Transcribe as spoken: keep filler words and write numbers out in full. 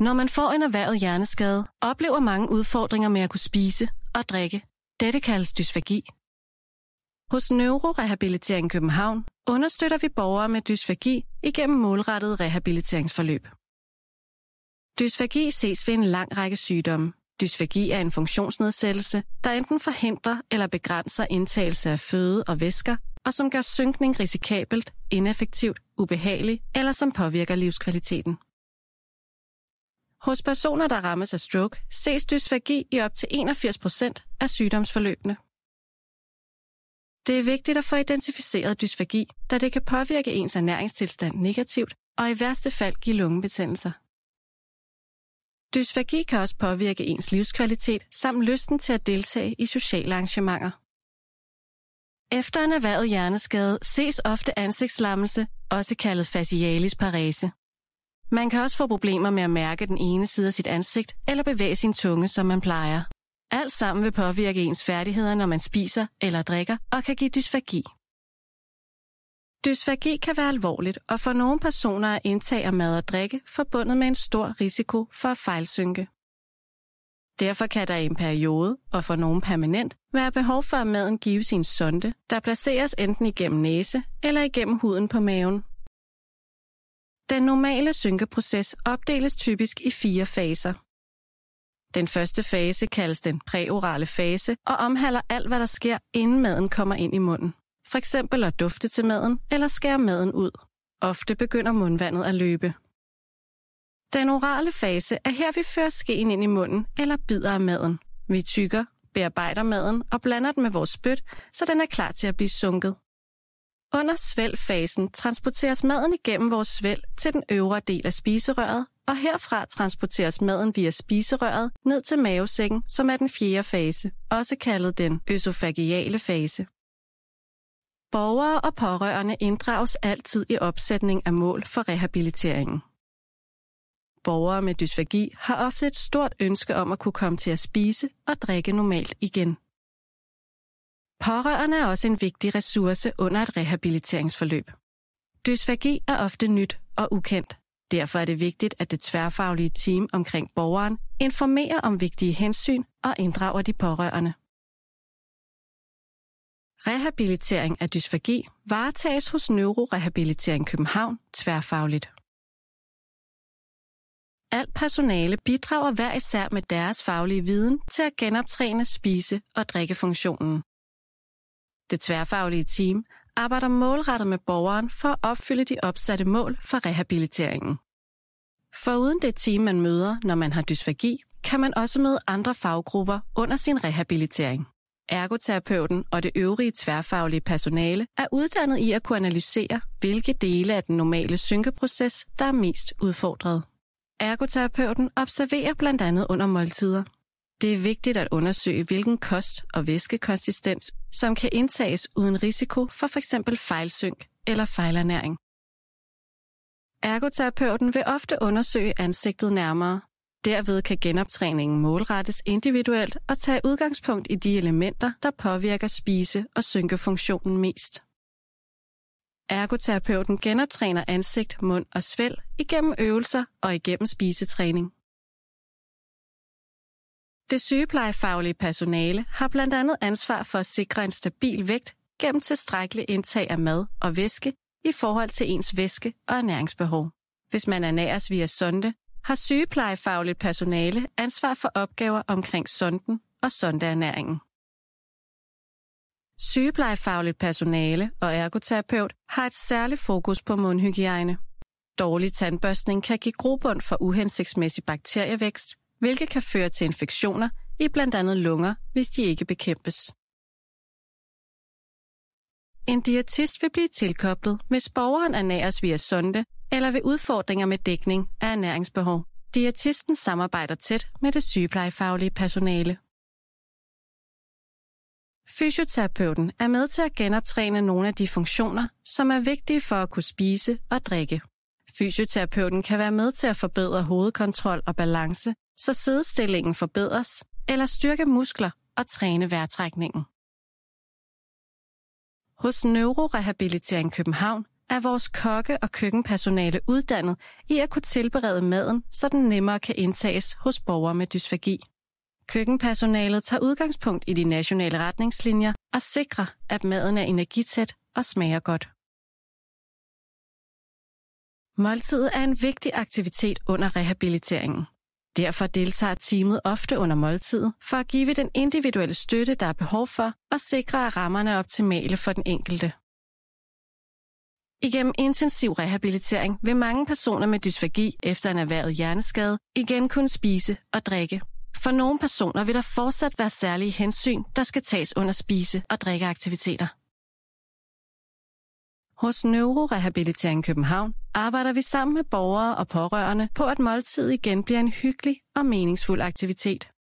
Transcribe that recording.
Når man får en erhvervet hjerneskade, oplever mange udfordringer med at kunne spise og drikke. Dette kaldes dysfagi. Hos Neurorehabilitering København understøtter vi borgere med dysfagi igennem målrettede rehabiliteringsforløb. Dysfagi ses ved en lang række sygdomme. Dysfagi er en funktionsnedsættelse, der enten forhindrer eller begrænser indtagelse af føde og væsker, og som gør synkning risikabelt, ineffektivt, ubehageligt eller som påvirker livskvaliteten. Hos personer, der rammes af stroke, ses dysfagi i op til enogfirs procent af sygdomsforløbene. Det er vigtigt at få identificeret dysfagi, da det kan påvirke ens ernæringstilstand negativt og i værste fald give lungebetændelser. Dysfagi kan også påvirke ens livskvalitet samt lysten til at deltage i sociale arrangementer. Efter en erhvervet hjerneskade ses ofte ansigtslammelse, også kaldet facialis parese. Man kan også få problemer med at mærke den ene side af sit ansigt eller bevæge sin tunge, som man plejer. Alt sammen vil påvirke ens færdigheder, når man spiser eller drikker, og kan give dysfagi. Dysfagi kan være alvorligt, og for nogle personer er indtag af mad og drikke forbundet med en stor risiko for at fejlsynke. Derfor kan der i en periode, og for nogen permanent, være behov for, at maden gives i en sonde, der placeres enten igennem næse eller igennem huden på maven. Den normale synkeproces opdeles typisk i fire faser. Den første fase kaldes den præorale fase og omhandler alt, hvad der sker, inden maden kommer ind i munden. For eksempel at dufte til maden eller skære maden ud. Ofte begynder mundvandet at løbe. Den orale fase er her, vi fører skeen ind i munden eller bider af maden. Vi tygger, bearbejder maden og blander den med vores spyt, så den er klar til at blive sunket. Under svælgfasen transporteres maden igennem vores svælg til den øvre del af spiserøret, og herfra transporteres maden via spiserøret ned til mavesækken, som er den fjerde fase, også kaldet den øsofagiale fase. Borgere og pårørende inddrages altid i opsætning af mål for rehabiliteringen. Borgere med dysfagi har ofte et stort ønske om at kunne komme til at spise og drikke normalt igen. Pårørende er også en vigtig ressource under et rehabiliteringsforløb. Dysfagi er ofte nyt og ukendt. Derfor er det vigtigt, at det tværfaglige team omkring borgeren informerer om vigtige hensyn og inddrager de pårørende. Rehabilitering af dysfagi varetages hos Neurorehabilitering København tværfagligt. Alt personale bidrager hver især med deres faglige viden til at genoptræne spise- og drikkefunktionen. Det tværfaglige team arbejder målrettet med borgeren for at opfylde de opsatte mål for rehabiliteringen. Foruden det team, man møder, når man har dysfagi, kan man også møde andre faggrupper under sin rehabilitering. Ergoterapeuten og det øvrige tværfaglige personale er uddannet i at kunne analysere, hvilke dele af den normale synkeproces, der er mest udfordret. Ergoterapeuten observerer blandt andet under måltider. Det er vigtigt at undersøge, hvilken kost- og væskekonsistens, som kan indtages uden risiko for f.eks. fejlsynk eller fejlernæring. Ergoterapeuten vil ofte undersøge ansigtet nærmere. Derved kan genoptræningen målrettes individuelt og tage udgangspunkt i de elementer, der påvirker spise- og synkefunktionen mest. Ergoterapeuten genoptræner ansigt, mund og svælg igennem øvelser og igennem spisetræning. Det sygeplejefaglige personale har blandt andet ansvar for at sikre en stabil vægt gennem tilstrækkelig indtag af mad og væske i forhold til ens væske- og ernæringsbehov. Hvis man ernæres via sonde, har sygeplejefagligt personale ansvar for opgaver omkring sonden og sondeernæringen. Sygeplejefagligt personale og ergoterapeut har et særligt fokus på mundhygiejne. Dårlig tandbørstning kan give grobund for uhensigtsmæssig bakterievækst, hvilket kan føre til infektioner i blandt andet lunger, hvis de ikke bekæmpes. En diætist vil blive tilkoblet, hvis borgeren ernæres via sonde eller ved udfordringer med dækning af ernæringsbehov. Diætisten samarbejder tæt med det sygeplejefaglige personale. Fysioterapeuten er med til at genoptræne nogle af de funktioner, som er vigtige for at kunne spise og drikke. Fysioterapeuten kan være med til at forbedre hovedkontrol og balance, så siddestillingen forbedres, eller styrke muskler og træne vejrtrækningen. Hos Neurorehabilitering København er vores kokke og køkkenpersonale uddannet i at kunne tilberede maden, så den nemmere kan indtages hos borgere med dysfagi. Køkkenpersonalet tager udgangspunkt i de nationale retningslinjer og sikrer, at maden er energitæt og smager godt. Måltidet er en vigtig aktivitet under rehabiliteringen. Derfor deltager teamet ofte under måltidet for at give den individuelle støtte, der er behov for, og sikre, at rammerne er optimale for den enkelte. Igennem intensiv rehabilitering vil mange personer med dysfagi efter en erhvervet hjerneskade igen kunne spise og drikke. For nogle personer vil der fortsat være særlige hensyn, der skal tages under spise- og drikkeaktiviteter. Hos Neurorehabilitering København arbejder vi sammen med borgere og pårørende på, at måltidet igen bliver en hyggelig og meningsfuld aktivitet.